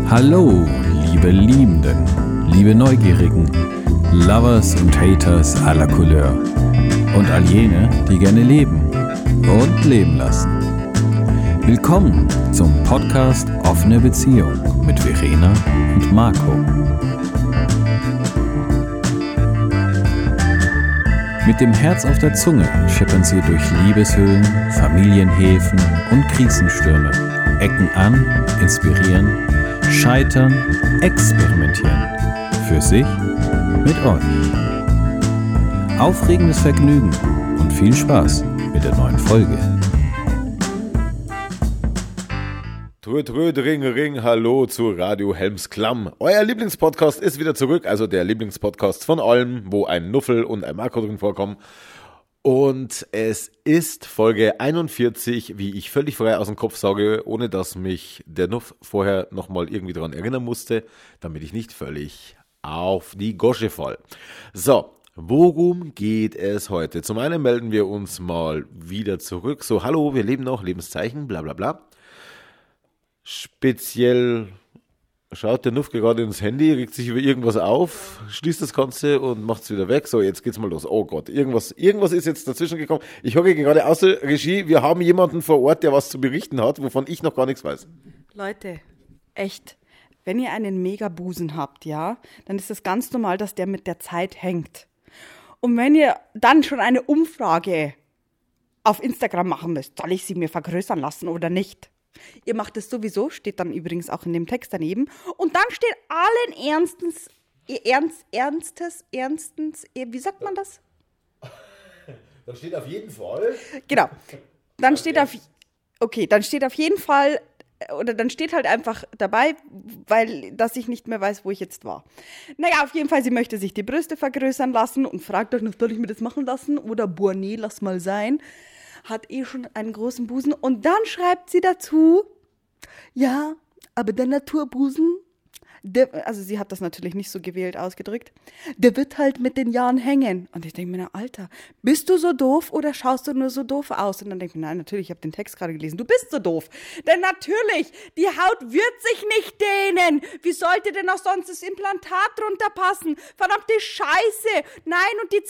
Hallo, liebe Liebenden, liebe Neugierigen, Lovers und Haters aller Couleur und all jene, die gerne leben und leben lassen. Willkommen zum Podcast Offene Beziehung mit Verena und Marco. Mit dem Herz auf der Zunge schippern sie durch Liebeshöhlen, Familienhäfen und Krisenstürme, ecken an, inspirieren, scheitern, experimentieren. Für sich, mit euch. Aufregendes Vergnügen und viel Spaß mit der neuen Folge. Tröd, Ring, Ring, hallo zu Radio Helmsklamm. Euer Lieblingspodcast ist wieder zurück, also der Lieblingspodcast von allem, wo ein Nuffel und ein Marco drin vorkommen. Und es ist Folge 41, wie ich völlig frei aus dem Kopf sage, ohne dass mich der Nuff vorher nochmal irgendwie daran erinnern musste, damit ich nicht völlig auf die Gosche fall. So, worum geht es heute? Zum einen melden wir uns mal wieder zurück. So, hallo, wir leben noch, Lebenszeichen, bla bla bla. Speziell schaut der Nuff gerade ins Handy, regt sich über irgendwas auf, schließt das Ganze und macht es wieder weg. So, jetzt geht's mal los. Oh Gott, irgendwas ist jetzt dazwischen gekommen. Ich höre gerade aus der Regie, wir haben jemanden vor Ort, der was zu berichten hat, wovon ich noch gar nichts weiß. Leute, echt, wenn ihr einen Megabusen habt, ja, dann ist es ganz normal, dass der mit der Zeit hängt. Und wenn ihr dann schon eine Umfrage auf Instagram machen müsst, soll ich sie mir vergrößern lassen oder nicht? Ihr macht es sowieso, steht dann übrigens auch in dem Text daneben. Und dann steht allen Ernstens, wie sagt man das? Da steht auf jeden Fall. Genau. Dann steht auf jeden Fall, oder dann steht halt einfach dabei, dass ich nicht mehr weiß, wo ich jetzt war. Naja, auf jeden Fall, sie möchte sich die Brüste vergrößern lassen und fragt euch noch, soll ich mir das machen lassen? Oder boah, nee, lass mal sein. Hat schon einen großen Busen. Und dann schreibt sie dazu, ja, aber der Naturbusen, also sie hat das natürlich nicht so gewählt ausgedrückt, der wird halt mit den Jahren hängen. Und ich denke mir, na Alter, bist du so doof oder schaust du nur so doof aus? Und dann denke ich mir, nein, natürlich, ich habe den Text gerade gelesen, du bist so doof. Denn natürlich, die Haut wird sich nicht dehnen. Wie sollte denn auch sonst das Implantat drunter passen? Verdammte Scheiße. Nein, und die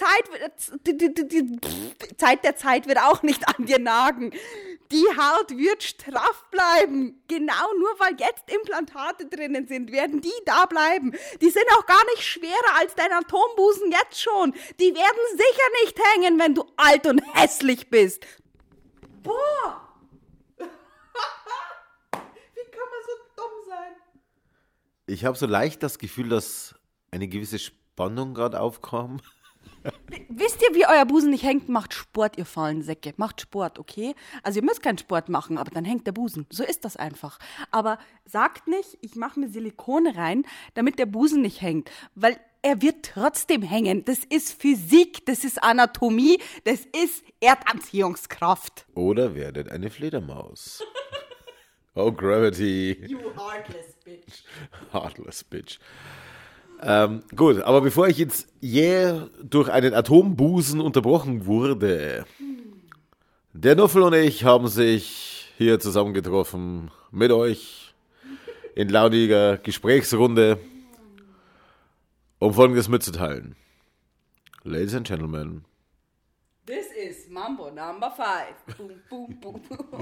Zeit der Zeit wird auch nicht an dir nagen. Die Haut wird straff bleiben. Genau nur weil jetzt Implantate drinnen sind, werden die da bleiben. Die sind auch gar nicht schwerer als dein Atombusen jetzt schon. Die werden sicher nicht hängen, wenn du alt und hässlich bist. Boah! Wie kann man so dumm sein? Ich habe so leicht das Gefühl, dass eine gewisse Spannung gerade aufkam. Wisst ihr, wie euer Busen nicht hängt? Macht Sport, ihr faulen Säcke. Macht Sport, okay? Also ihr müsst keinen Sport machen, aber dann hängt der Busen. So ist das einfach. Aber sagt nicht, ich mache mir Silikone rein, damit der Busen nicht hängt. Weil er wird trotzdem hängen. Das ist Physik, das ist Anatomie, das ist Erdanziehungskraft. Oder werdet eine Fledermaus. Oh, Gravity. You heartless bitch. Heartless bitch. Gut, aber bevor ich jetzt durch einen Atombusen unterbrochen wurde, der Nuffel und ich haben sich hier zusammengetroffen mit euch in launiger Gesprächsrunde, um Folgendes mitzuteilen. Ladies and Gentlemen. This is Mambo number 5. Boom, boom, boom, boom.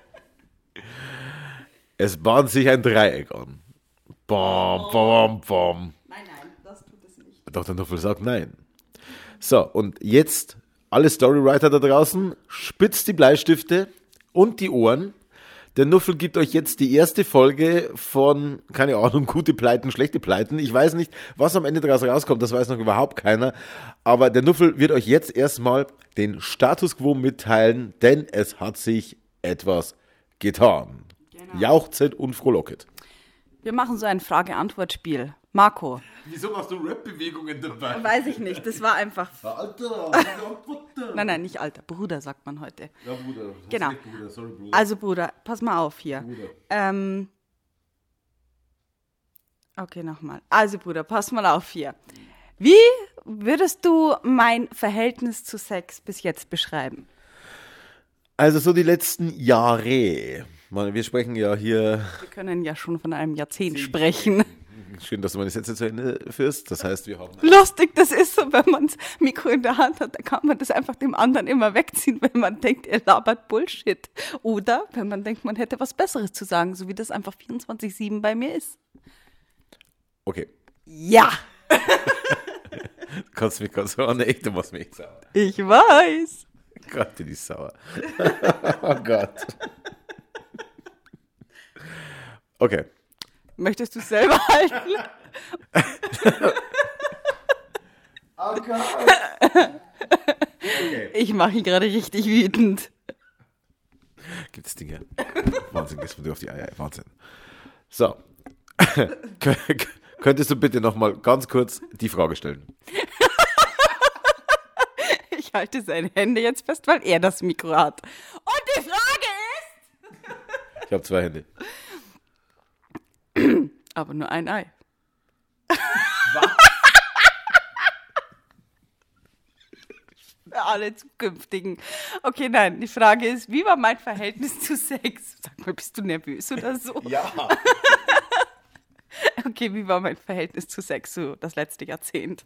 Es bahnt sich ein Dreieck an. Bom, bom, bom. Nein, das tut es nicht. Doch, der Nuffel sagt nein. So, und jetzt, alle Storywriter da draußen, spitzt die Bleistifte und die Ohren. Der Nuffel gibt euch jetzt die erste Folge von, keine Ahnung, gute Pleiten, schlechte Pleiten. Ich weiß nicht, was am Ende daraus rauskommt, das weiß noch überhaupt keiner. Aber der Nuffel wird euch jetzt erstmal den Status Quo mitteilen, denn es hat sich etwas getan. Genau. Jauchzet und frohlocket. Wir machen so ein Frage-Antwort-Spiel. Marco. Wieso machst du Rap-Bewegungen dabei? Weiß ich nicht, das war einfach... Alter, Nein, nicht Alter, Bruder sagt man heute. Ja, Bruder. Genau. Bruder. Sorry, Bruder. Also Bruder, pass mal auf hier. Okay, nochmal. Also Bruder, pass mal auf hier. Wie würdest du mein Verhältnis zu Sex bis jetzt beschreiben? Also so die letzten Jahre Wir sprechen ja hier. Wir können ja schon von einem Jahrzehnt sprechen. Schön, dass du meine Sätze zu Ende führst. Das heißt, wir haben. Lustig, das ist so, wenn man das Mikro in der Hand hat, dann kann man das einfach dem anderen immer wegziehen, wenn man denkt, er labert Bullshit. Oder wenn man denkt, man hätte was Besseres zu sagen, so wie das einfach 24/7 bei mir ist. Okay. Ja, Du kannst mich ganz so echt, du machst mich echt sauer. ich weiß. Gott, bin ich sauer. Oh Gott. Okay. Möchtest du es selber halten? Oh Gott. Okay. Ich mache ihn gerade richtig wütend. Gibt es Dinge. Wahnsinn, gehst du dir auf die Eier. Wahnsinn. So. Könntest du bitte nochmal ganz kurz die Frage stellen? Ich halte seine Hände jetzt fest, weil er das Mikro hat. Und die Frage ist... Ich habe 2 Hände. Aber nur ein Ei. Für alle zukünftigen. Okay, nein, die Frage ist, wie war mein Verhältnis zu Sex? Sag mal, bist du nervös oder so? Ja. Okay, wie war mein Verhältnis zu Sex so das letzte Jahrzehnt?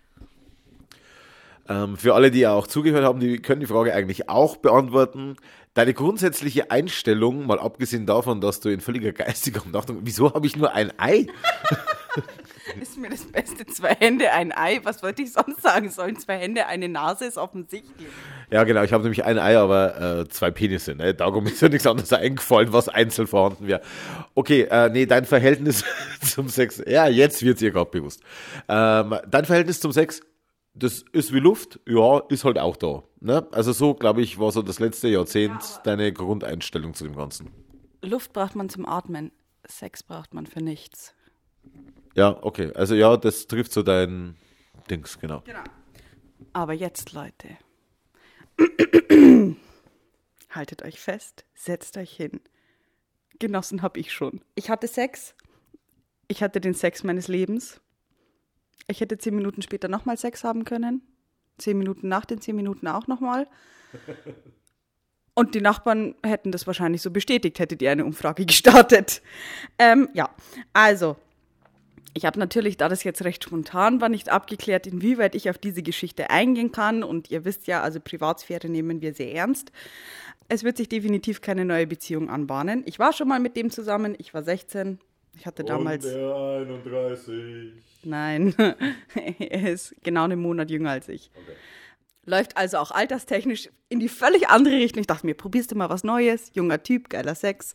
Für alle, die ja auch zugehört haben, die können die Frage eigentlich auch beantworten. Deine grundsätzliche Einstellung, mal abgesehen davon, dass du in völliger geistiger Umnachtung, wieso habe ich nur ein Ei? Ist mir das Beste, 2 Hände, ein Ei? Was wollte ich sonst sagen sollen? 2 Hände, eine Nase ist offensichtlich. Ja, genau, ich habe nämlich ein Ei, aber 2 Penisse. Ne? Darum ist ja nichts anderes eingefallen, was einzeln vorhanden wäre. Okay, nee, dein Verhältnis zum Sex, ja, jetzt wird es ihr gerade bewusst. Dein Verhältnis zum Sex, das ist wie Luft, ja, ist halt auch da. Ne? Also so, glaube ich, war so das letzte Jahrzehnt deine Grundeinstellung zu dem Ganzen. Luft braucht man zum Atmen, Sex braucht man für nichts. Ja, okay, also ja, das trifft so dein Dings, genau. Aber jetzt, Leute, haltet euch fest, setzt euch hin. Genossen habe ich schon. Ich hatte Sex. Ich hatte den Sex meines Lebens. Ich hätte 10 Minuten später nochmal Sex haben können. 10 Minuten nach den 10 Minuten auch nochmal. Und die Nachbarn hätten das wahrscheinlich so bestätigt, hättet ihr eine Umfrage gestartet. Ja, also, ich habe natürlich, da das jetzt recht spontan war, nicht abgeklärt, inwieweit ich auf diese Geschichte eingehen kann. Und ihr wisst ja, also Privatsphäre nehmen wir sehr ernst. Es wird sich definitiv keine neue Beziehung anbahnen. Ich war schon mal mit dem zusammen, ich war 16. Ich hatte damals... Und der 31. Nein, er ist genau einen Monat jünger als ich. Okay. Läuft also auch alterstechnisch in die völlig andere Richtung. Ich dachte mir, probierst du mal was Neues? Junger Typ, geiler Sex.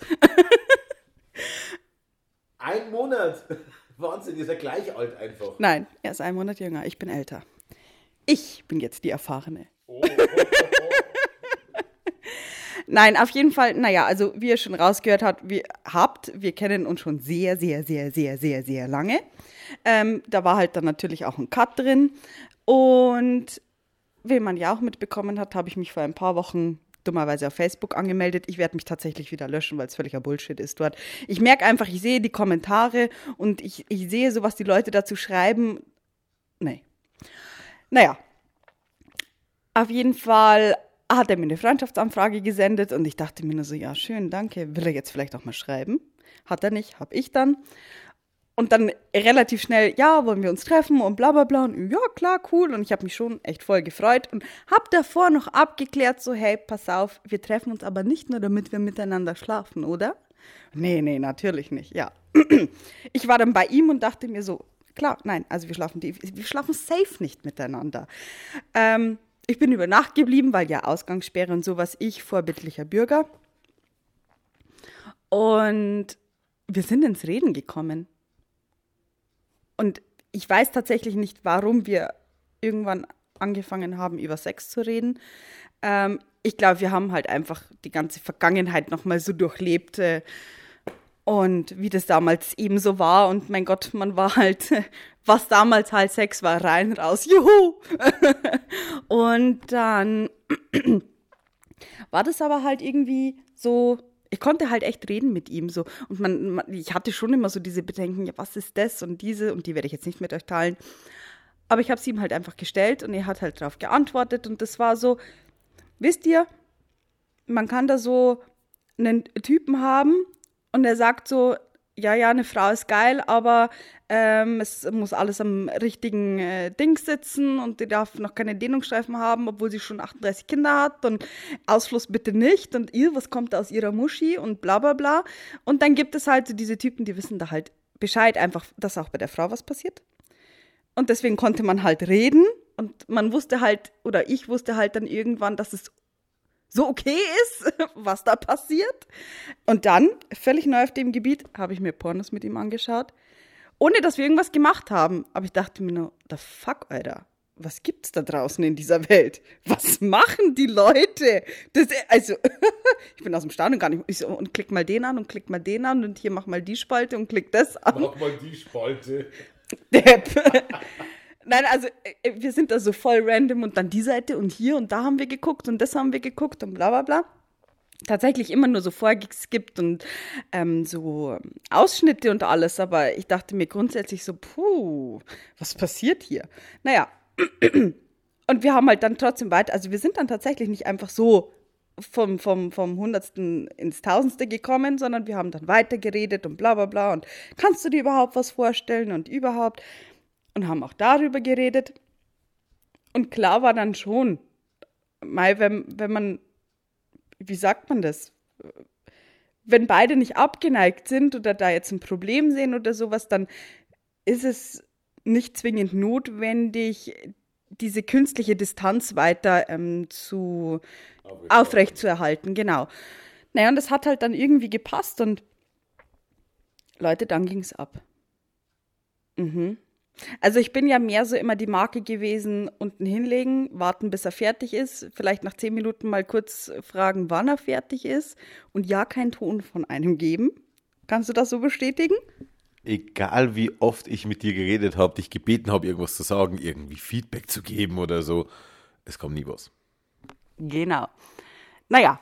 1 Monat? Wahnsinn, ihr seid gleich alt einfach. Nein, er ist 1 Monat jünger. Ich bin älter. Ich bin jetzt die Erfahrene. Nein, auf jeden Fall, naja, also wie ihr schon rausgehört habt, wir kennen uns schon sehr, sehr, sehr, sehr, sehr, sehr lange. Da war halt dann natürlich auch ein Cut drin. Und wie man ja auch mitbekommen hat, habe ich mich vor ein paar Wochen dummerweise auf Facebook angemeldet. Ich werde mich tatsächlich wieder löschen, weil es völliger Bullshit ist dort. Ich merke einfach, ich sehe die Kommentare und ich sehe so, was die Leute dazu schreiben. Nee. Naja. Auf jeden Fall hat er mir eine Freundschaftsanfrage gesendet und ich dachte mir nur so, ja, schön, danke. Will er jetzt vielleicht auch mal schreiben? Hat er nicht, hab ich dann. Und dann relativ schnell, ja, wollen wir uns treffen und bla bla bla. Und ja, klar, cool. Und ich habe mich schon echt voll gefreut und habe davor noch abgeklärt, so, hey, pass auf, wir treffen uns aber nicht nur, damit wir miteinander schlafen, oder? Nee, natürlich nicht, ja. Ich war dann bei ihm und dachte mir so, klar, nein, also wir schlafen safe nicht miteinander. Ich bin über Nacht geblieben, weil ja Ausgangssperre und sowas, ich vorbildlicher Bürger. Und wir sind ins Reden gekommen. Und ich weiß tatsächlich nicht, warum wir irgendwann angefangen haben, über Sex zu reden. Ich glaube, wir haben halt einfach die ganze Vergangenheit nochmal so durchlebt und wie das damals eben so war. Und mein Gott, man war halt, was damals halt Sex war, rein, raus, juhu! Und dann war das aber halt irgendwie so... Ich konnte halt echt reden mit ihm so und ich hatte schon immer so diese Bedenken, ja, was ist das und diese und die werde ich jetzt nicht mit euch teilen. Aber ich habe es ihm halt einfach gestellt und er hat halt darauf geantwortet und das war so, wisst ihr, man kann da so einen Typen haben und er sagt so, ja, eine Frau ist geil, aber es muss alles am richtigen Ding sitzen und die darf noch keine Dehnungsstreifen haben, obwohl sie schon 38 Kinder hat und Ausfluss bitte nicht und was kommt da aus ihrer Muschi und bla bla bla. Und dann gibt es halt so diese Typen, die wissen da halt Bescheid, einfach, dass auch bei der Frau was passiert. Und deswegen konnte man halt reden und man wusste halt, oder ich wusste halt dann irgendwann, dass es so okay ist, was da passiert. Und dann, völlig neu auf dem Gebiet, habe ich mir Pornos mit ihm angeschaut, ohne dass wir irgendwas gemacht haben. Aber ich dachte mir nur, the fuck, Alter, was gibt's da draußen in dieser Welt? Was machen die Leute? Also, ich bin aus dem Staunen gar nicht. Ich so, und klick mal den an und klick mal den an und hier mach mal die Spalte und klick das an. Mach mal die Spalte. Depp. Nein, also wir sind da so voll random und dann die Seite und hier und da haben wir geguckt und das haben wir geguckt und bla bla bla. Tatsächlich immer nur so vorgeskippt und so Ausschnitte und alles, aber ich dachte mir grundsätzlich so, was passiert hier? Naja, und wir haben halt dann trotzdem weiter, also wir sind dann tatsächlich nicht einfach so vom Hundertsten ins Tausendste gekommen, sondern wir haben dann weiter geredet und bla bla bla und kannst du dir überhaupt was vorstellen und überhaupt und haben auch darüber geredet und klar war dann schon, wenn man, wie sagt man das, wenn beide nicht abgeneigt sind oder da jetzt ein Problem sehen oder sowas, dann ist es nicht zwingend notwendig, diese künstliche Distanz weiter aufrecht zu erhalten, genau. Naja, und das hat halt dann irgendwie gepasst und Leute, dann ging's ab. Also ich bin ja mehr so immer die Marke gewesen, unten hinlegen, warten, bis er fertig ist, vielleicht nach 10 Minuten mal kurz fragen, wann er fertig ist und ja, keinen Ton von einem geben. Kannst du das so bestätigen? Egal wie oft ich mit dir geredet habe, dich gebeten habe, irgendwas zu sagen, irgendwie Feedback zu geben oder so, es kommt nie was. Genau. Naja,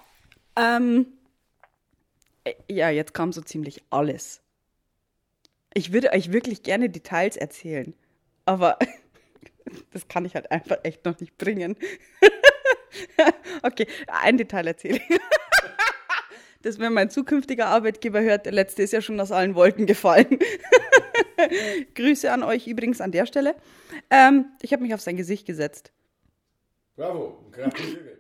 ja, jetzt kam so ziemlich alles. Ich würde euch wirklich gerne Details erzählen, aber das kann ich halt einfach echt noch nicht bringen. Okay, ein Detail erzähle ich. Das, wenn mein zukünftiger Arbeitgeber hört, der letzte ist ja schon aus allen Wolken gefallen. Grüße an euch übrigens an der Stelle. Ich habe mich auf sein Gesicht gesetzt. Bravo, gratuliere.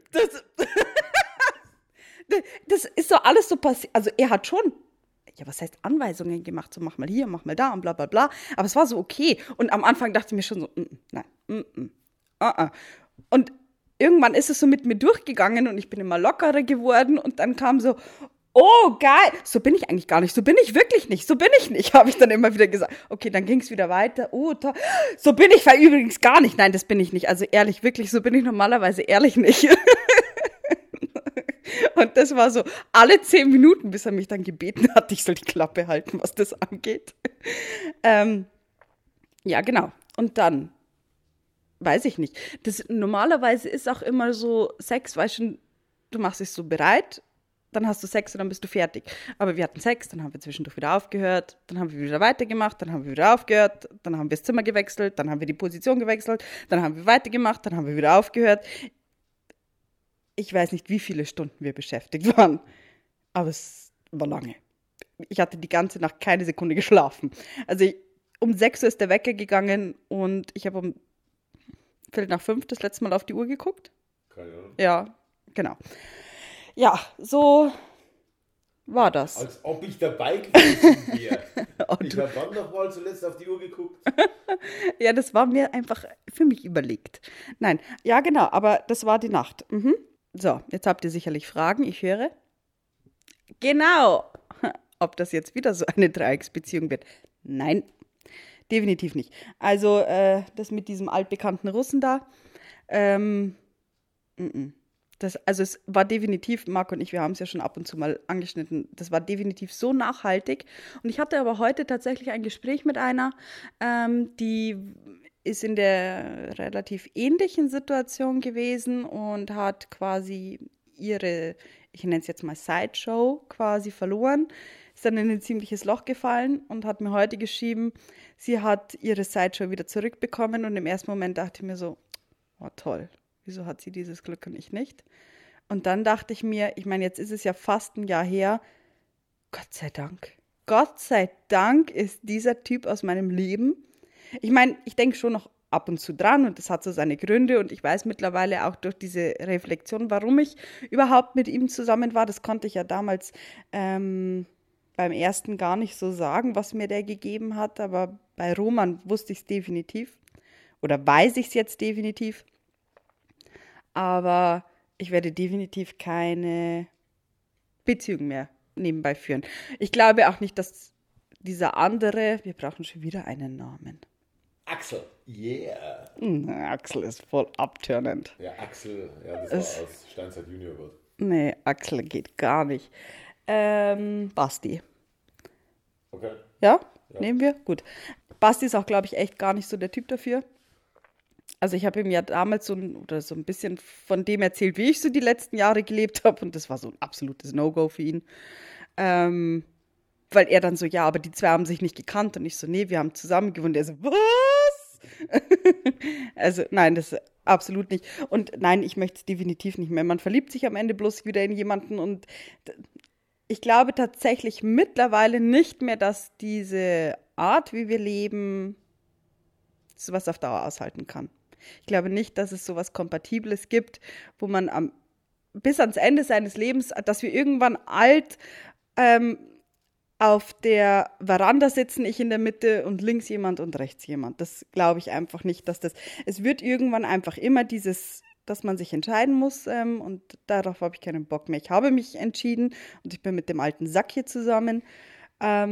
Das ist so alles so passiert. Also er hat schon, ja, was heißt Anweisungen gemacht, so mach mal hier, mach mal da und bla bla bla. Aber es war so okay. Und am Anfang dachte ich mir schon so, nein, Und irgendwann ist es so mit mir durchgegangen und ich bin immer lockerer geworden und dann kam so, oh geil, so bin ich eigentlich gar nicht, so bin ich wirklich nicht, so bin ich nicht, habe ich dann immer wieder gesagt. Okay, dann ging es wieder weiter, oh, so bin ich übrigens gar nicht, nein, das bin ich nicht, also ehrlich, wirklich, so bin ich normalerweise ehrlich nicht. Und das war so alle 10 Minuten, bis er mich dann gebeten hat, ich soll die Klappe halten, was das angeht. Ja, genau, und dann weiß ich nicht. Das normalerweise ist auch immer so Sex, weißt du machst dich so bereit, dann hast du Sex und dann bist du fertig. Aber wir hatten Sex, dann haben wir zwischendurch wieder aufgehört, dann haben wir wieder weitergemacht, dann haben wir wieder aufgehört, dann haben wir das Zimmer gewechselt, dann haben wir die Position gewechselt, dann haben wir weitergemacht, dann haben wir wieder aufgehört. Ich weiß nicht, wie viele Stunden wir beschäftigt waren, aber es war lange. Ich hatte die ganze Nacht keine Sekunde geschlafen. Also um 6 Uhr ist der Wecker gegangen und ich habe um 4:45 das letzte Mal auf die Uhr geguckt. Keine Ahnung. Ja, genau. Ja, so war das. Als ob ich dabei gewesen wäre. Ich habe wann noch mal zuletzt auf die Uhr geguckt? Ja, das war mir einfach für mich überlegt. Nein, ja genau, aber das war die Nacht. So, jetzt habt ihr sicherlich Fragen, ich höre. Genau. Ob das jetzt wieder so eine Dreiecksbeziehung wird? Nein. Definitiv nicht. Also, das mit diesem altbekannten Russen da, also es war definitiv, Marc und ich, wir haben es ja schon ab und zu mal angeschnitten, das war definitiv so nachhaltig. Und ich hatte aber heute tatsächlich ein Gespräch mit einer, die ist in der relativ ähnlichen Situation gewesen und hat quasi ihre, ich nenne es jetzt mal Sideshow, quasi verloren, ist dann in ein ziemliches Loch gefallen und hat mir heute geschrieben, sie hat ihre Sideshow wieder zurückbekommen und im ersten Moment dachte ich mir so, oh toll, wieso hat sie dieses Glück und ich nicht? Und dann dachte ich mir, ich meine, jetzt ist es ja fast ein Jahr her, Gott sei Dank ist dieser Typ aus meinem Leben. Ich meine, ich denke schon noch ab und zu dran und das hat so seine Gründe und ich weiß mittlerweile auch durch diese Reflexion, warum ich überhaupt mit ihm zusammen war. Das konnte ich ja damals beim ersten gar nicht so sagen, was mir der gegeben hat, aber bei Roman wusste ich es definitiv oder weiß ich es jetzt definitiv. Aber ich werde definitiv keine Beziehung mehr nebenbei führen. Ich glaube auch nicht, dass dieser andere, wir brauchen schon wieder einen Namen. Axel, yeah. Axel ist voll abturnend. Ja, Axel, ja, das war aus Steinzeit Junior. Nee, Axel geht gar nicht. Basti. Okay. Ja? Nehmen wir? Gut. Basti ist auch, glaube ich, echt gar nicht so der Typ dafür. Also ich habe ihm ja damals so ein bisschen von dem erzählt, wie ich so die letzten Jahre gelebt habe. Und das war so ein absolutes No-Go für ihn. Weil er dann so, ja, aber die zwei haben sich nicht gekannt. Und ich so, nee, wir haben zusammen gewohnt. Er so, was? Also nein, das absolut nicht. Und nein, ich möchte es definitiv nicht mehr. Man verliebt sich am Ende bloß wieder in jemanden. Und ich glaube tatsächlich mittlerweile nicht mehr, dass diese Art, wie wir leben, sowas auf Dauer aushalten kann. Ich glaube nicht, dass es sowas Kompatibles gibt, wo man bis ans Ende seines Lebens, dass wir irgendwann alt auf der Veranda sitzen, ich in der Mitte und links jemand und rechts jemand. Das glaube ich einfach nicht, dass das. Es wird irgendwann einfach immer dieses, dass man sich entscheiden muss und darauf habe ich keinen Bock mehr. Ich habe mich entschieden und ich bin mit dem alten Sack hier zusammen. Ja,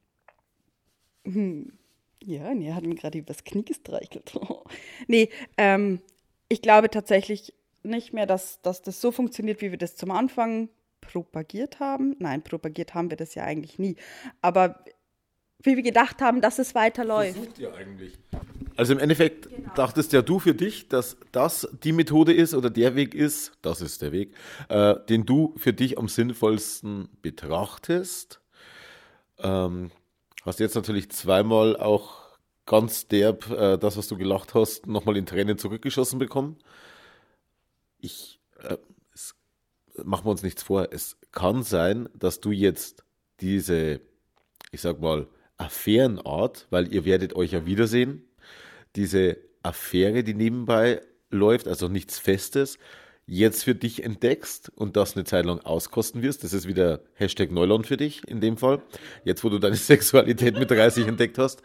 und er hat mir gerade übers Knie gestreichelt. Nee, ich glaube tatsächlich nicht mehr, dass das so funktioniert, wie wir das zum Anfang propagiert haben. Nein, propagiert haben wir das ja eigentlich nie. Aber wie wir gedacht haben, dass es weiterläuft. Versucht ihr eigentlich. Also im Endeffekt dachtest ja du für dich, dass das die Methode ist oder der Weg ist, das ist der Weg, den du für dich am sinnvollsten betrachtest. Hast jetzt natürlich zweimal auch ganz derb das, was du gelacht hast, nochmal in Tränen zurückgeschossen bekommen. Machen wir uns nichts vor, es kann sein, dass du jetzt diese, ich sag mal, Affärenart, weil ihr werdet euch ja wiedersehen, diese Affäre, die nebenbei läuft, also nichts Festes, jetzt für dich entdeckst und das eine Zeit lang auskosten wirst. Das ist wieder Hashtag Neuland für dich in dem Fall, jetzt wo du deine Sexualität mit 30 entdeckt hast.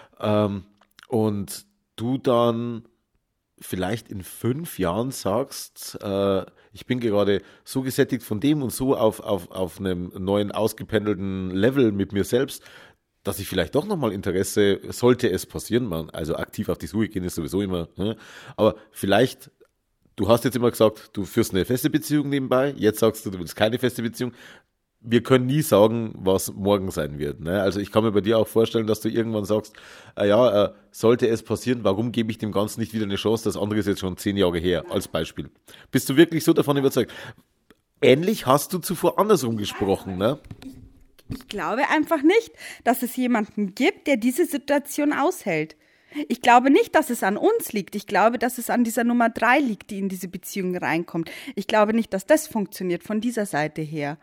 Und du dann vielleicht in 5 Jahren sagst, ich bin gerade so gesättigt von dem und so auf einem neuen ausgependelten Level mit mir selbst, dass ich vielleicht doch nochmal Interesse, sollte es passieren, also aktiv auf die Suche gehen ist sowieso immer, ne? Aber vielleicht, du hast jetzt immer gesagt, du führst eine feste Beziehung nebenbei, jetzt sagst du, du willst keine feste Beziehung. Wir können nie sagen, was morgen sein wird. Ne? Also ich kann mir bei dir auch vorstellen, dass du irgendwann sagst, sollte es passieren, warum gebe ich dem Ganzen nicht wieder eine Chance? Das andere ist jetzt schon 10 Jahre her, als Beispiel. Bist du wirklich so davon überzeugt? Ähnlich hast du zuvor andersrum gesprochen, ne? Ich glaube einfach nicht, dass es jemanden gibt, der diese Situation aushält. Ich glaube nicht, dass es an uns liegt. Ich glaube, dass es an dieser Nummer 3 liegt, die in diese Beziehung reinkommt. Ich glaube nicht, dass das funktioniert von dieser Seite her.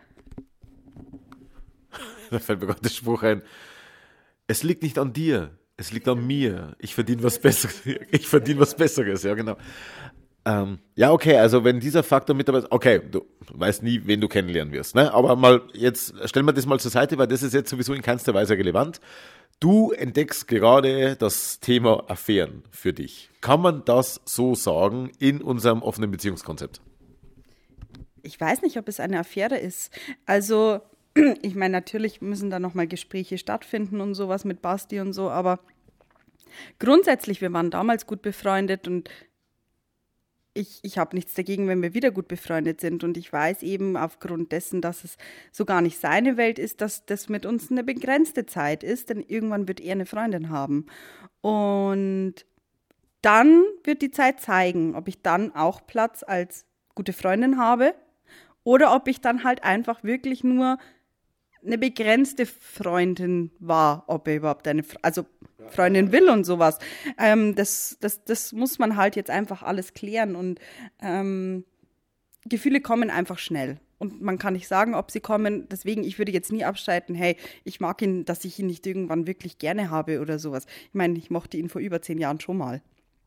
Da fällt mir gerade der Spruch ein, es liegt nicht an dir, es liegt an mir. Ich verdiene was Besseres. Ja, genau. Ja, okay, also wenn dieser Faktor mit dabei ist, okay, du weißt nie, wen du kennenlernen wirst, ne? Aber mal jetzt, stellen wir das mal zur Seite, weil das ist jetzt sowieso in keinster Weise relevant. Du entdeckst gerade das Thema Affären für dich. Kann man das so sagen in unserem offenen Beziehungskonzept? Ich weiß nicht, ob es eine Affäre ist. Also ich meine, natürlich müssen da nochmal Gespräche stattfinden und sowas mit Basti und so, aber grundsätzlich, wir waren damals gut befreundet und ich habe nichts dagegen, wenn wir wieder gut befreundet sind und ich weiß eben aufgrund dessen, dass es so gar nicht seine Welt ist, dass das mit uns eine begrenzte Zeit ist, denn irgendwann wird er eine Freundin haben und dann wird die Zeit zeigen, ob ich dann auch Platz als gute Freundin habe oder ob ich dann halt einfach wirklich nur eine begrenzte Freundin war, ob er überhaupt eine Freundin will und sowas. Das muss man halt jetzt einfach alles klären und Gefühle kommen einfach schnell. Und man kann nicht sagen, ob sie kommen. Deswegen, ich würde jetzt nie abstreiten, hey, ich mag ihn, dass ich ihn nicht irgendwann wirklich gerne habe oder sowas. Ich meine, ich mochte ihn vor über 10 Jahren schon mal.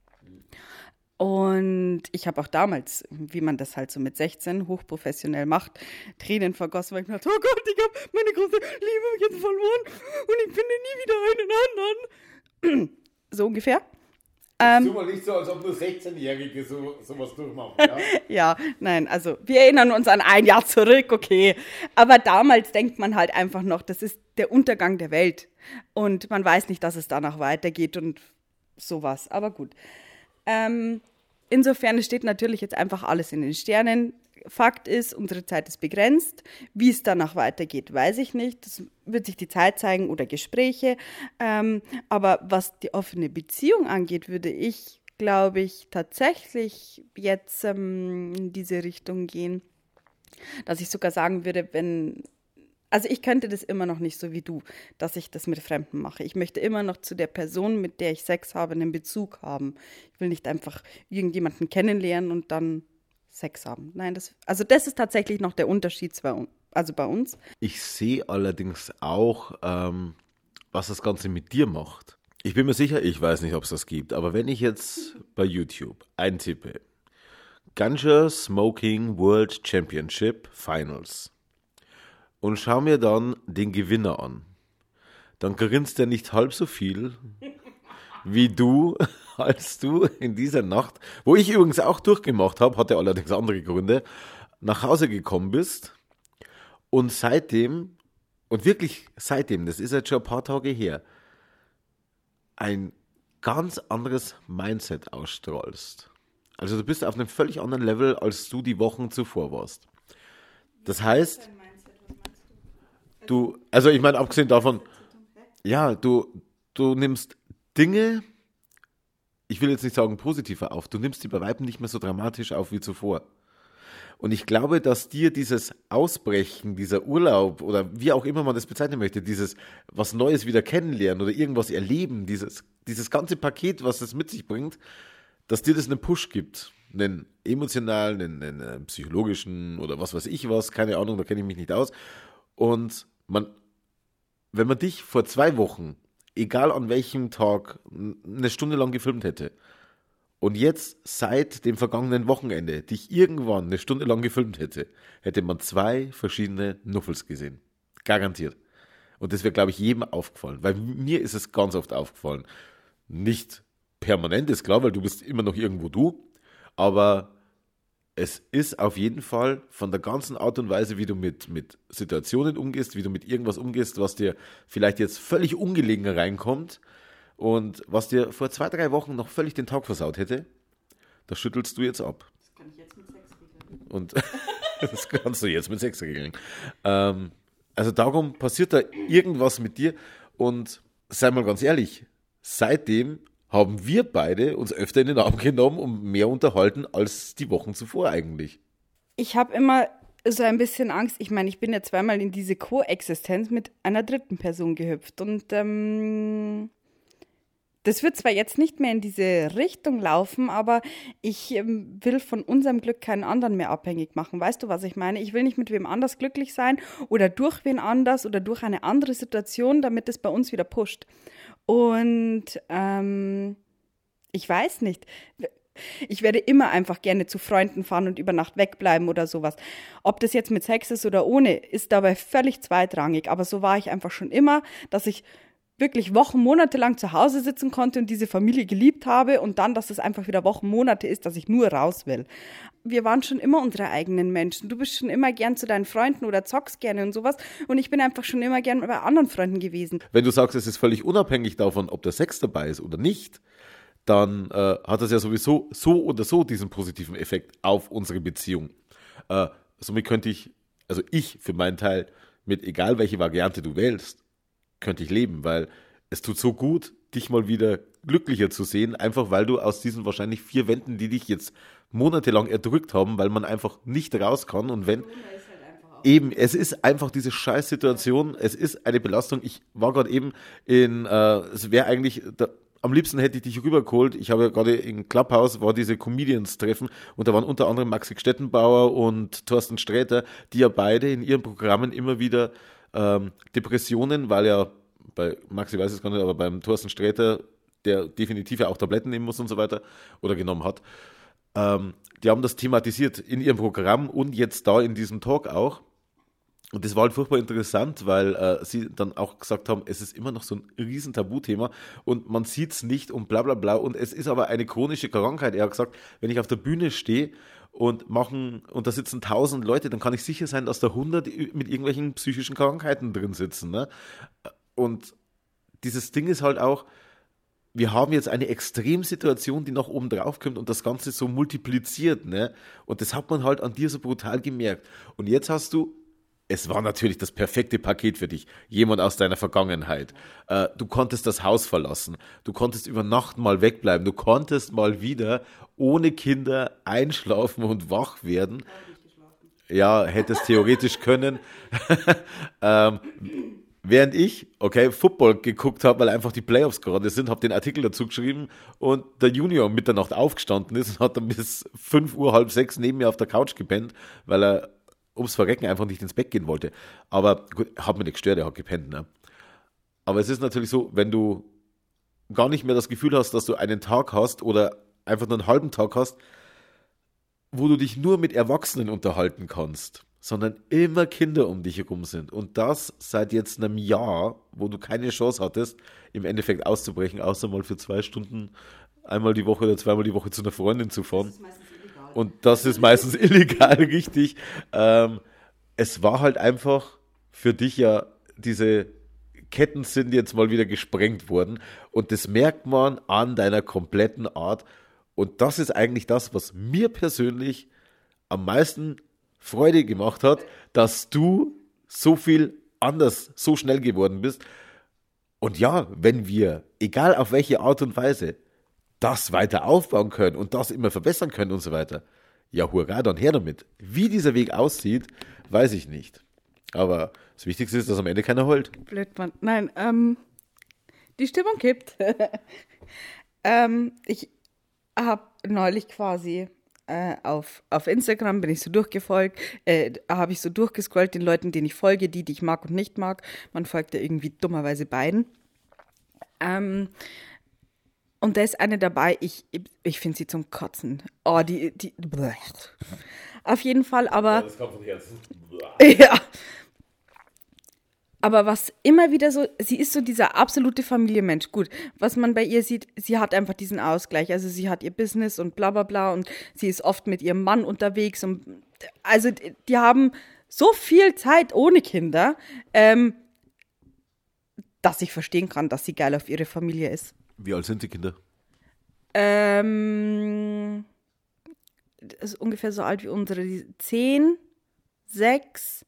Und ich habe auch damals, wie man das halt so mit 16 hochprofessionell macht, Tränen vergossen, weil ich mir dachte, oh Gott, ich habe meine große Liebe jetzt verloren und ich finde nie wieder einen anderen. So ungefähr. Tu mal nicht so, als ob nur 16-Jährige sowas durchmachen, ja? Ja, nein, also wir erinnern uns an ein Jahr zurück, okay. Aber damals denkt man halt einfach noch, das ist der Untergang der Welt. Und man weiß nicht, dass es danach weitergeht und sowas. Aber gut. Insofern steht natürlich jetzt einfach alles in den Sternen. Fakt ist, unsere Zeit ist begrenzt. Wie es danach weitergeht, weiß ich nicht. Das wird sich die Zeit zeigen oder Gespräche. Aber was die offene Beziehung angeht, würde ich, glaube ich, tatsächlich jetzt in diese Richtung gehen, dass ich sogar sagen würde, also ich könnte das immer noch nicht so wie du, dass ich das mit Fremden mache. Ich möchte immer noch zu der Person, mit der ich Sex habe, einen Bezug haben. Ich will nicht einfach irgendjemanden kennenlernen und dann Sex haben. Nein, das ist tatsächlich noch der Unterschied bei uns. Ich sehe allerdings auch, was das Ganze mit dir macht. Ich bin mir sicher, ich weiß nicht, ob es das gibt, aber wenn ich jetzt bei YouTube eintippe, Ganja Smoking World Championship Finals und schau mir dann den Gewinner an, dann grinst er nicht halb so viel wie du, als du in dieser Nacht, wo ich übrigens auch durchgemacht habe, hatte allerdings andere Gründe, nach Hause gekommen bist und seitdem, das ist jetzt schon ein paar Tage her, ein ganz anderes Mindset ausstrahlst. Also du bist auf einem völlig anderen Level, als du die Wochen zuvor warst. Das heißt, also ich meine, abgesehen davon, ja, du nimmst Dinge, ich will jetzt nicht sagen positiver auf, du nimmst die bei Weitem nicht mehr so dramatisch auf wie zuvor. Und ich glaube, dass dir dieses Ausbrechen, dieser Urlaub oder wie auch immer man das bezeichnen möchte, dieses was Neues wieder kennenlernen oder irgendwas erleben, dieses ganze Paket, was das mit sich bringt, dass dir das einen Push gibt, einen emotionalen, einen psychologischen oder was weiß ich was, keine Ahnung, da kenne ich mich nicht aus. Und wenn man dich vor 2 Wochen, egal an welchem Tag, eine Stunde lang gefilmt hätte und jetzt seit dem vergangenen Wochenende dich irgendwann eine Stunde lang gefilmt hätte man 2 verschiedene Nuffels gesehen. Garantiert. Und das wäre, glaube ich, jedem aufgefallen, weil mir ist es ganz oft aufgefallen. Nicht permanent, ist klar, weil du bist immer noch irgendwo du, aber es ist auf jeden Fall von der ganzen Art und Weise, wie du mit Situationen umgehst, wie du mit irgendwas umgehst, was dir vielleicht jetzt völlig ungelegen reinkommt und was dir vor 2, 3 Wochen noch völlig den Tag versaut hätte, das schüttelst du jetzt ab. Das kann ich jetzt mit Sex regeln. Und das kannst du jetzt mit Sex regeln. Also darum passiert da irgendwas mit dir und sei mal ganz ehrlich, seitdem haben wir beide uns öfter in den Arm genommen und mehr unterhalten als die Wochen zuvor eigentlich. Ich habe immer so ein bisschen Angst. Ich meine, ich bin ja zweimal in diese Koexistenz mit einer dritten Person gehüpft. Und das wird zwar jetzt nicht mehr in diese Richtung laufen, aber ich will von unserem Glück keinen anderen mehr abhängig machen. Weißt du, was ich meine? Ich will nicht mit wem anders glücklich sein oder durch wen anders oder durch eine andere Situation, damit es bei uns wieder pusht. Und ich weiß nicht. Ich werde immer einfach gerne zu Freunden fahren und über Nacht wegbleiben oder sowas. Ob das jetzt mit Sex ist oder ohne, ist dabei völlig zweitrangig. Aber so war ich einfach schon immer, dass ich wirklich Wochen, Monate lang zu Hause sitzen konnte und diese Familie geliebt habe und dann, dass es einfach wieder Wochen, Monate ist, dass ich nur raus will. Wir waren schon immer unsere eigenen Menschen. Du bist schon immer gern zu deinen Freunden oder zockst gerne und sowas und ich bin einfach schon immer gern bei anderen Freunden gewesen. Wenn du sagst, es ist völlig unabhängig davon, ob der Sex dabei ist oder nicht, dann hat das ja sowieso so oder so diesen positiven Effekt auf unsere Beziehung. Somit könnte ich für meinen Teil, mit egal welche Variante du wählst, könnte ich leben, weil es tut so gut, dich mal wieder glücklicher zu sehen, einfach weil du aus diesen wahrscheinlich 4 Wänden, die dich jetzt monatelang erdrückt haben, weil man einfach nicht raus kann und wenn eben, es ist einfach diese Scheißsituation, es ist eine Belastung. Ich war gerade eben es wäre eigentlich am liebsten hätte ich dich rübergeholt. Ich habe ja gerade in Clubhouse war diese Comedians-Treffen und da waren unter anderem Maxi Stettenbauer und Thorsten Sträter, die ja beide in ihren Programmen immer wieder Depressionen, weil ja bei Maxi weiß ich es gar nicht, aber beim Thorsten Sträter, der definitiv ja auch Tabletten nehmen muss und so weiter oder genommen hat, die haben das thematisiert in ihrem Programm und jetzt da in diesem Talk auch. Und das war halt furchtbar interessant, weil sie dann auch gesagt haben, es ist immer noch so ein riesen Tabuthema und man sieht es nicht und bla bla bla. Und es ist aber eine chronische Krankheit. Er hat gesagt, wenn ich auf der Bühne stehe und da sitzen 1000 Leute, dann kann ich sicher sein, dass da 100 mit irgendwelchen psychischen Krankheiten drin sitzen. Ne? Und dieses Ding ist halt auch, wir haben jetzt eine Extremsituation, die noch oben drauf kommt und das Ganze so multipliziert. Ne? Und das hat man halt an dir so brutal gemerkt. Und jetzt hast du, es war natürlich das perfekte Paket für dich. Jemand aus deiner Vergangenheit. Du konntest das Haus verlassen. Du konntest über Nacht mal wegbleiben. Du konntest mal wieder ohne Kinder einschlafen und wach werden. Ja, hättest theoretisch können. Während ich, Football geguckt habe, weil einfach die Playoffs gerade sind, habe den Artikel dazu geschrieben und der Junior um Mitternacht aufgestanden ist und hat dann bis 5 Uhr, halb 6 neben mir auf der Couch gepennt, weil er ums Verrecken einfach nicht ins Bett gehen wollte. Aber gut, hat mich nicht gestört, er hat gepennt. Ne? Aber es ist natürlich so, wenn du gar nicht mehr das Gefühl hast, dass du einen Tag hast oder einfach nur einen halben Tag hast, wo du dich nur mit Erwachsenen unterhalten kannst, sondern immer Kinder um dich herum sind. Und das seit jetzt einem Jahr, wo du keine Chance hattest, im Endeffekt auszubrechen, außer mal für 2 Stunden einmal die Woche oder zweimal die Woche zu einer Freundin zu fahren. Und das ist meistens illegal, richtig. Es war halt einfach für dich ja, diese Ketten sind jetzt mal wieder gesprengt worden. Und das merkt man an deiner kompletten Art. Und das ist eigentlich das, was mir persönlich am meisten Freude gemacht hat, dass du so viel anders, so schnell geworden bist. Und ja, wenn wir, egal auf welche Art und Weise, das weiter aufbauen können und das immer verbessern können und so weiter. Ja, hurra, dann her damit. Wie dieser Weg aussieht, weiß ich nicht. Aber das Wichtigste ist, dass am Ende keiner heult. Blödmann. Nein, die Stimmung kippt. Ich habe neulich quasi auf Instagram bin ich so durchgefolgt, habe ich so durchgescrollt den Leuten, denen ich folge, die ich mag und nicht mag. Man folgt ja irgendwie dummerweise beiden. Und da ist eine dabei, ich finde sie zum Kotzen. Oh, die auf jeden Fall, aber... Das kommt vom Herzen. Ja. Aber was immer wieder so, sie ist so dieser absolute Familienmensch. Gut, was man bei ihr sieht, sie hat einfach diesen Ausgleich. Also sie hat ihr Business und bla bla bla und sie ist oft mit ihrem Mann unterwegs. Und, also die haben so viel Zeit ohne Kinder, dass ich verstehen kann, dass sie geil auf ihre Familie ist. Wie alt sind die Kinder? Das ist ungefähr so alt wie unsere. 10, 6,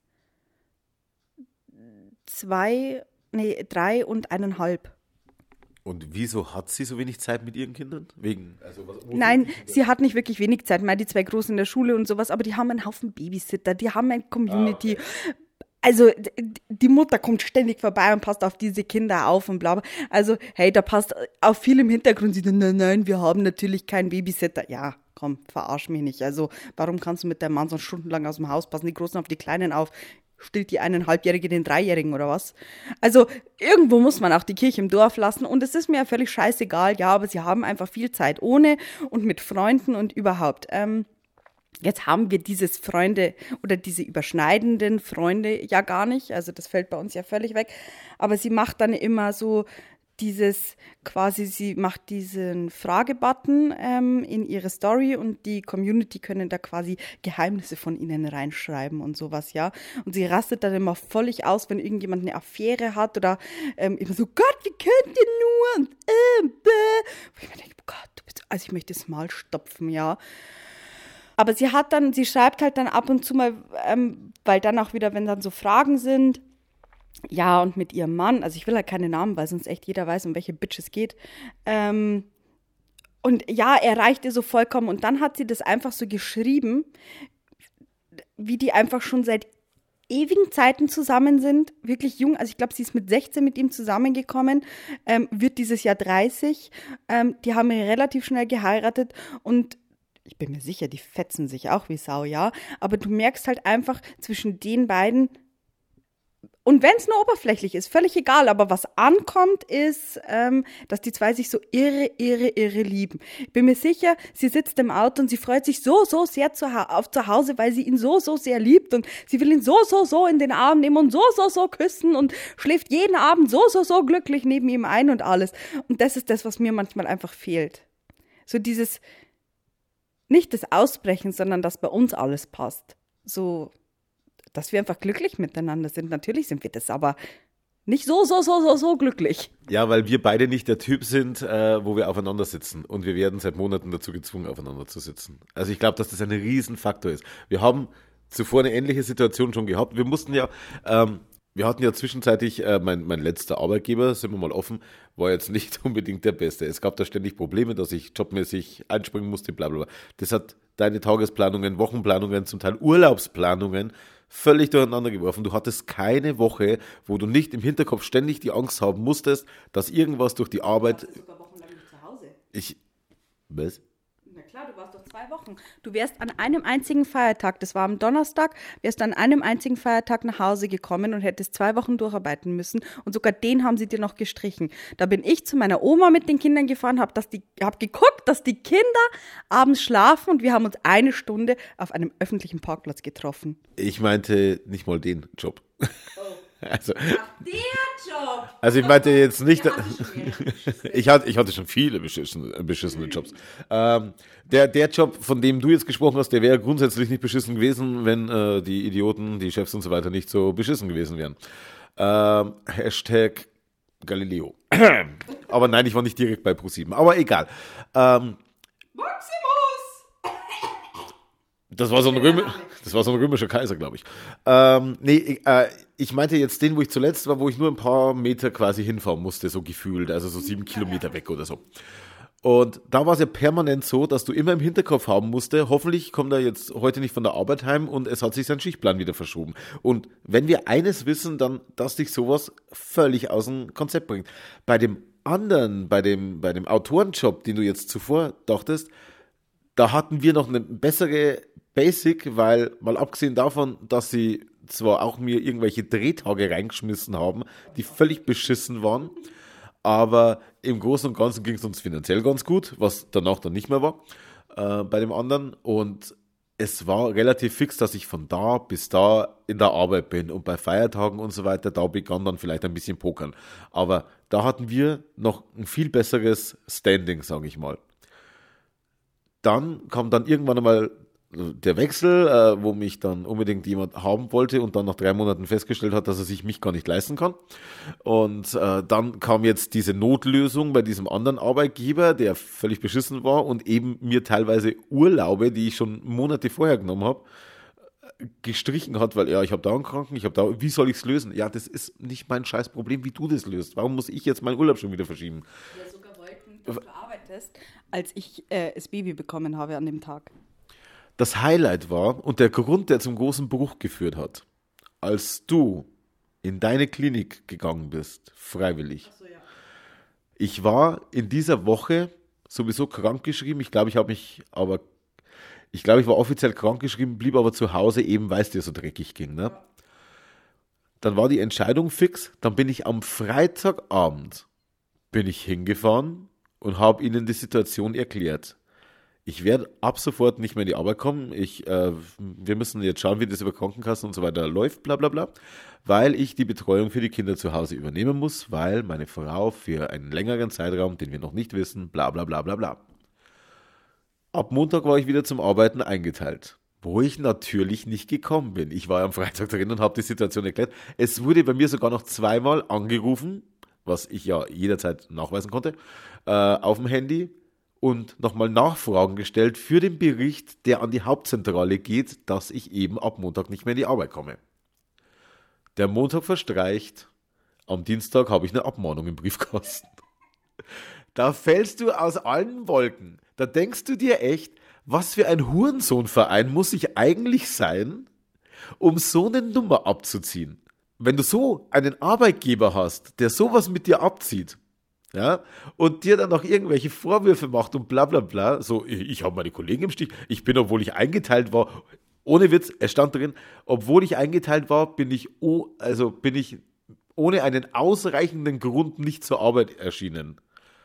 3 und 1,5. Und wieso hat sie so wenig Zeit mit ihren Kindern? Nein, sie hat nicht wirklich wenig Zeit. Die 2 Großen in der Schule und sowas, aber die haben einen Haufen Babysitter, die haben eine Community. Okay. Also die Mutter kommt ständig vorbei und passt auf diese Kinder auf und bla bla. Also hey, da passt auch viel im Hintergrund. Sie sagen, nein, wir haben natürlich keinen Babysitter. Ja, komm, verarsch mich nicht. Also warum kannst du mit deinem Mann so stundenlang aus dem Haus passen? Die Großen auf die Kleinen auf. Stillt die 1,5-Jährige den 3-Jährigen oder was? Also irgendwo muss man auch die Kirche im Dorf lassen und es ist mir ja völlig scheißegal. Ja, aber sie haben einfach viel Zeit ohne und mit Freunden und überhaupt. Jetzt haben wir dieses Freunde oder diese überschneidenden Freunde ja gar nicht. Also das fällt bei uns ja völlig weg. Aber sie macht dann immer so sie macht diesen Fragebutton in ihre Story und die Community können da quasi Geheimnisse von ihnen reinschreiben und sowas, ja. Und sie rastet dann immer völlig aus, wenn irgendjemand eine Affäre hat oder immer so, Gott, wie könnt ihr nur? Und wo ich mir denke, Gott, also ich möchte es mal stopfen, ja. Aber sie schreibt halt dann ab und zu mal, weil dann auch wieder, wenn dann so Fragen sind, ja, und mit ihrem Mann, also ich will halt keine Namen, weil sonst echt jeder weiß, um welche Bitch es geht. Und ja, er reicht ihr so vollkommen. Und dann hat sie das einfach so geschrieben, wie die einfach schon seit ewigen Zeiten zusammen sind, wirklich jung, also ich glaube, sie ist mit 16 mit ihm zusammengekommen, wird dieses Jahr 30, die haben relativ schnell geheiratet und ich bin mir sicher, die fetzen sich auch wie Sau, ja, aber du merkst halt einfach zwischen den beiden, und wenn es nur oberflächlich ist, völlig egal, aber was ankommt ist, dass die zwei sich so irre lieben. Ich bin mir sicher, sie sitzt im Auto und sie freut sich so sehr auf zu Hause, weil sie ihn so sehr liebt und sie will ihn so in den Arm nehmen und so küssen und schläft jeden Abend so glücklich neben ihm ein und alles. Und das ist das, was mir manchmal einfach fehlt. So dieses, nicht das Ausbrechen, sondern dass bei uns alles passt. So, dass wir einfach glücklich miteinander sind. Natürlich sind wir das, aber nicht so glücklich. Ja, weil wir beide nicht der Typ sind, wo wir aufeinander sitzen. Und wir werden seit Monaten dazu gezwungen, aufeinander zu sitzen. Also ich glaube, dass das ein Riesenfaktor ist. Wir haben zuvor eine ähnliche Situation schon gehabt. Wir mussten ja, wir hatten ja zwischenzeitlich, mein letzter Arbeitgeber, sind wir mal offen, war jetzt nicht unbedingt der Beste. Es gab da ständig Probleme, dass ich jobmäßig einspringen musste, bla bla bla. Das hat deine Tagesplanungen, Wochenplanungen, zum Teil Urlaubsplanungen völlig durcheinander geworfen. Du hattest keine Woche, wo du nicht im Hinterkopf ständig die Angst haben musstest, dass irgendwas durch die Arbeit... Du warst sogar wochenlang nicht zu Hause. Was? Na klar, du warst doch 2 Wochen. Du wärst an einem einzigen Feiertag, das war am Donnerstag, wärst an einem einzigen Feiertag nach Hause gekommen und hättest 2 Wochen durcharbeiten müssen und sogar den haben sie dir noch gestrichen. Da bin ich zu meiner Oma mit den Kindern gefahren, hab geguckt, dass die Kinder abends schlafen und wir haben uns 1 Stunde auf einem öffentlichen Parkplatz getroffen. Ich meinte nicht mal den Job. Oh. Also, Ach, der Job! also ich meinte jetzt nicht, Der hatte ich hatte schon viele beschissene Jobs. Der Job, von dem du jetzt gesprochen hast, der wäre grundsätzlich nicht beschissen gewesen, wenn die Idioten, die Chefs und so weiter nicht so beschissen gewesen wären. Hashtag Galileo. Aber nein, ich war nicht direkt bei ProSieben. Aber egal. Maximus! Das war so ein römischer Kaiser, glaube ich. Ich meinte jetzt den, wo ich zuletzt war, wo ich nur ein paar Meter quasi hinfahren musste, so gefühlt, also so 7 Kilometer weg oder so. Und da war es ja permanent so, dass du immer im Hinterkopf haben musste, hoffentlich kommt er jetzt heute nicht von der Arbeit heim und es hat sich sein Schichtplan wieder verschoben. Und wenn wir eines wissen, dann, dass dich sowas völlig aus dem Konzept bringt. Bei dem anderen, bei dem Autorenjob, den du jetzt zuvor dachtest, da hatten wir noch eine bessere Basic, weil mal abgesehen davon, dass sie zwar auch mir irgendwelche Drehtage reingeschmissen haben, die völlig beschissen waren, aber im Großen und Ganzen ging es uns finanziell ganz gut, was danach dann nicht mehr war bei dem anderen. Und es war relativ fix, dass ich von da bis da in der Arbeit bin und bei Feiertagen und so weiter, da begann dann vielleicht ein bisschen Pokern. Aber da hatten wir noch ein viel besseres Standing, sage ich mal. Dann kam dann irgendwann einmal der Wechsel, wo mich dann unbedingt jemand haben wollte und dann nach 3 Monaten festgestellt hat, dass er sich mich gar nicht leisten kann. Und dann kam jetzt diese Notlösung bei diesem anderen Arbeitgeber, der völlig beschissen war und eben mir teilweise Urlaube, die ich schon Monate vorher genommen habe, gestrichen hat, weil ja, ich habe da einen Kranken, wie soll ich es lösen? Ja, das ist nicht mein scheiß Problem, wie du das löst. Warum muss ich jetzt meinen Urlaub schon wieder verschieben? Ja, sogar wollten, dass du arbeitest, als ich das Baby bekommen habe an dem Tag. Das Highlight war und der Grund, der zum großen Bruch geführt hat, als du in deine Klinik gegangen bist, freiwillig. Ach so, ja. Ich war in dieser Woche sowieso krankgeschrieben. Ich glaube, ich war offiziell krankgeschrieben, blieb aber zu Hause, eben weil es dir so dreckig ging. Ne? Dann war die Entscheidung fix. Dann bin ich am Freitagabend hingefahren und habe ihnen die Situation erklärt. Ich werde ab sofort nicht mehr in die Arbeit kommen. Wir müssen jetzt schauen, wie das über Krankenkassen und so weiter läuft, bla bla bla, weil ich die Betreuung für die Kinder zu Hause übernehmen muss, weil meine Frau für einen längeren Zeitraum, den wir noch nicht wissen, bla bla bla bla bla. Ab Montag war ich wieder zum Arbeiten eingeteilt, wo ich natürlich nicht gekommen bin. Ich war am Freitag drin und habe die Situation erklärt. Es wurde bei mir sogar noch 2-mal angerufen, was ich ja jederzeit nachweisen konnte, auf dem Handy. Und nochmal Nachfragen gestellt für den Bericht, der an die Hauptzentrale geht, dass ich eben ab Montag nicht mehr in die Arbeit komme. Der Montag verstreicht, am Dienstag habe ich eine Abmahnung im Briefkasten. Da fällst du aus allen Wolken. Da denkst du dir echt, was für ein Hurensohnverein muss ich eigentlich sein, um so eine Nummer abzuziehen. Wenn du so einen Arbeitgeber hast, der sowas mit dir abzieht, ja, und dir dann noch irgendwelche Vorwürfe macht und bla bla bla, so, ich habe meine Kollegen im Stich, ich bin, obwohl ich eingeteilt war, ohne Witz, es stand drin, obwohl ich eingeteilt war, bin ich ohne einen ausreichenden Grund nicht zur Arbeit erschienen.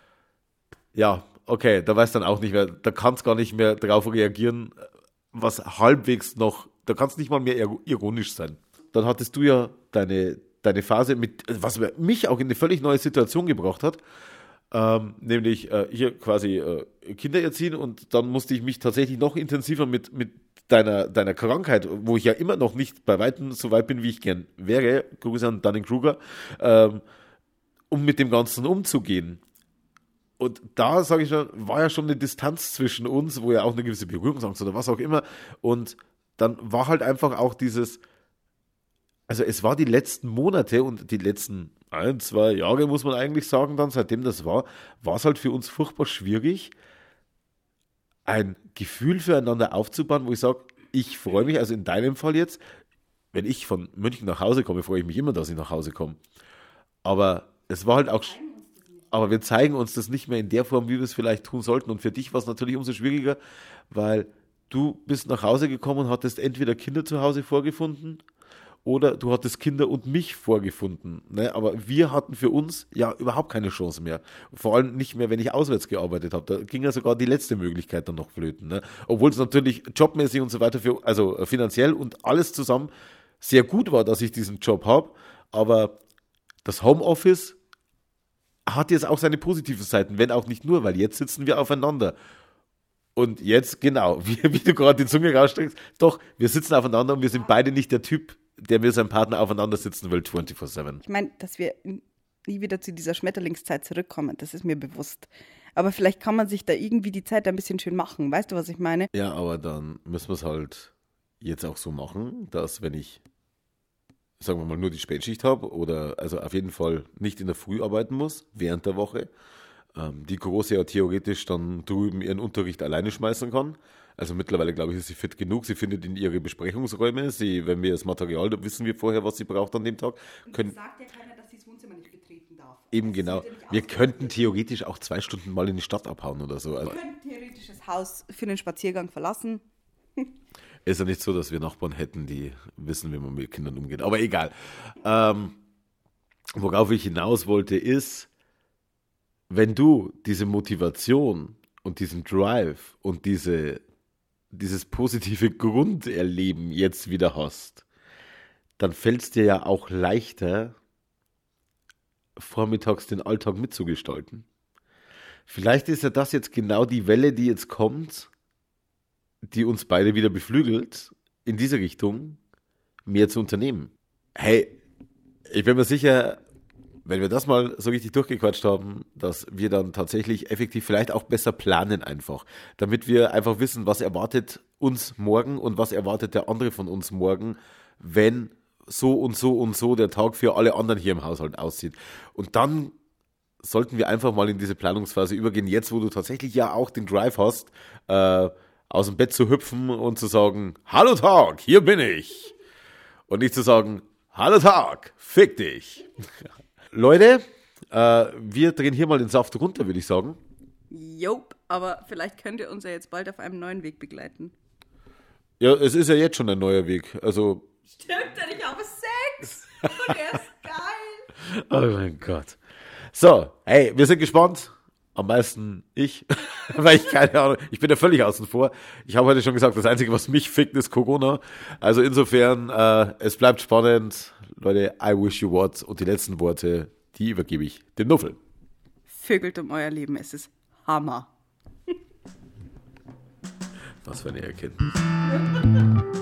Ja, okay, da weiß dann auch nicht mehr, da kannst gar nicht mehr drauf reagieren, was halbwegs noch, da kannst nicht mal mehr ironisch sein. Dann hattest du ja deine Phase, was mich auch in eine völlig neue Situation gebracht hat, nämlich hier quasi Kinder erziehen, und dann musste ich mich tatsächlich noch intensiver mit deiner Krankheit, wo ich ja immer noch nicht bei Weitem so weit bin, wie ich gern wäre, Grüße an Dunning-Kruger, um mit dem Ganzen umzugehen. Und da, sage ich schon, war ja schon eine Distanz zwischen uns, wo ja auch eine gewisse Berührungsangst oder was auch immer, und dann war halt einfach auch dieses, also es war die letzten Monate und die letzten 1-2 Jahre, muss man eigentlich sagen, dann, seitdem das war es halt für uns furchtbar schwierig, ein Gefühl füreinander aufzubauen, wo ich sage, ich freue mich, also in deinem Fall jetzt, wenn ich von München nach Hause komme, freue ich mich immer, dass ich nach Hause komme. Aber es war halt auch, aber wir zeigen uns das nicht mehr in der Form, wie wir es vielleicht tun sollten. Und für dich war es natürlich umso schwieriger, weil du bist nach Hause gekommen und hattest entweder Kinder zu Hause vorgefunden oder du hattest Kinder und mich vorgefunden. Ne? Aber wir hatten für uns ja überhaupt keine Chance mehr. Vor allem nicht mehr, wenn ich auswärts gearbeitet habe. Da ging ja sogar die letzte Möglichkeit dann noch flöten. Ne? Obwohl es natürlich jobmäßig und so weiter, also finanziell und alles zusammen sehr gut war, dass ich diesen Job habe. Aber das Homeoffice hat jetzt auch seine positiven Seiten, wenn auch nicht nur, weil jetzt sitzen wir aufeinander. Und jetzt, genau, wie du gerade die Zunge rausstreckst, doch, wir sitzen aufeinander und wir sind beide nicht der Typ, der mit seinem Partner aufeinander sitzen will, 24/7. Ich meine, dass wir nie wieder zu dieser Schmetterlingszeit zurückkommen, das ist mir bewusst. Aber vielleicht kann man sich da irgendwie die Zeit ein bisschen schön machen. Weißt du, was ich meine? Ja, aber dann müssen wir es halt jetzt auch so machen, dass wenn ich, sagen wir mal, nur die Spätschicht habe oder also auf jeden Fall nicht in der Früh arbeiten muss, während der Woche, die Große ja theoretisch dann drüben ihren Unterricht alleine schmeißen kann. Also mittlerweile, glaube ich, ist sie fit genug. Sie findet in ihre Besprechungsräume. Wenn wir das Material, da wissen wir vorher, was sie braucht an dem Tag. Und es sagt ja keiner, dass sie das Wohnzimmer nicht betreten darf. Eben genau. Wir könnten theoretisch auch 2 Stunden mal in die Stadt abhauen oder so. Also wir könnten theoretisch das Haus für einen Spaziergang verlassen. ist ja nicht so, dass wir Nachbarn hätten, die wissen, wie man mit Kindern umgeht. Aber egal. Worauf ich hinaus wollte, ist, wenn du diese Motivation und diesen Drive und dieses positive Grunderleben jetzt wieder hast, dann fällt es dir ja auch leichter, vormittags den Alltag mitzugestalten. Vielleicht ist ja das jetzt genau die Welle, die jetzt kommt, die uns beide wieder beflügelt, in diese Richtung mehr zu unternehmen. Hey, ich bin mir sicher, wenn wir das mal so richtig durchgequatscht haben, dass wir dann tatsächlich effektiv vielleicht auch besser planen einfach, damit wir einfach wissen, was erwartet uns morgen und was erwartet der andere von uns morgen, wenn so und so und so der Tag für alle anderen hier im Haushalt aussieht. Und dann sollten wir einfach mal in diese Planungsphase übergehen, jetzt wo du tatsächlich ja auch den Drive hast, aus dem Bett zu hüpfen und zu sagen, hallo Tag, hier bin ich. Und nicht zu sagen, hallo Tag, fick dich. Leute, wir drehen hier mal den Saft runter, würde ich sagen. Jop, aber vielleicht könnt ihr uns ja jetzt bald auf einem neuen Weg begleiten. Ja, es ist ja jetzt schon ein neuer Weg. Also. Stimmt, denn ich habe Sex und er ist geil. Oh mein Gott. So, hey, wir sind gespannt. Am meisten ich, weil ich keine Ahnung, ich bin ja völlig außen vor. Ich habe heute schon gesagt, das Einzige, was mich fickt, ist Corona. Also insofern, es bleibt spannend. Leute, I wish you what. Und die letzten Worte, die übergebe ich dem Nuffel. Vögelt um euer Leben, es ist Hammer. Was für eine Erkenntnis.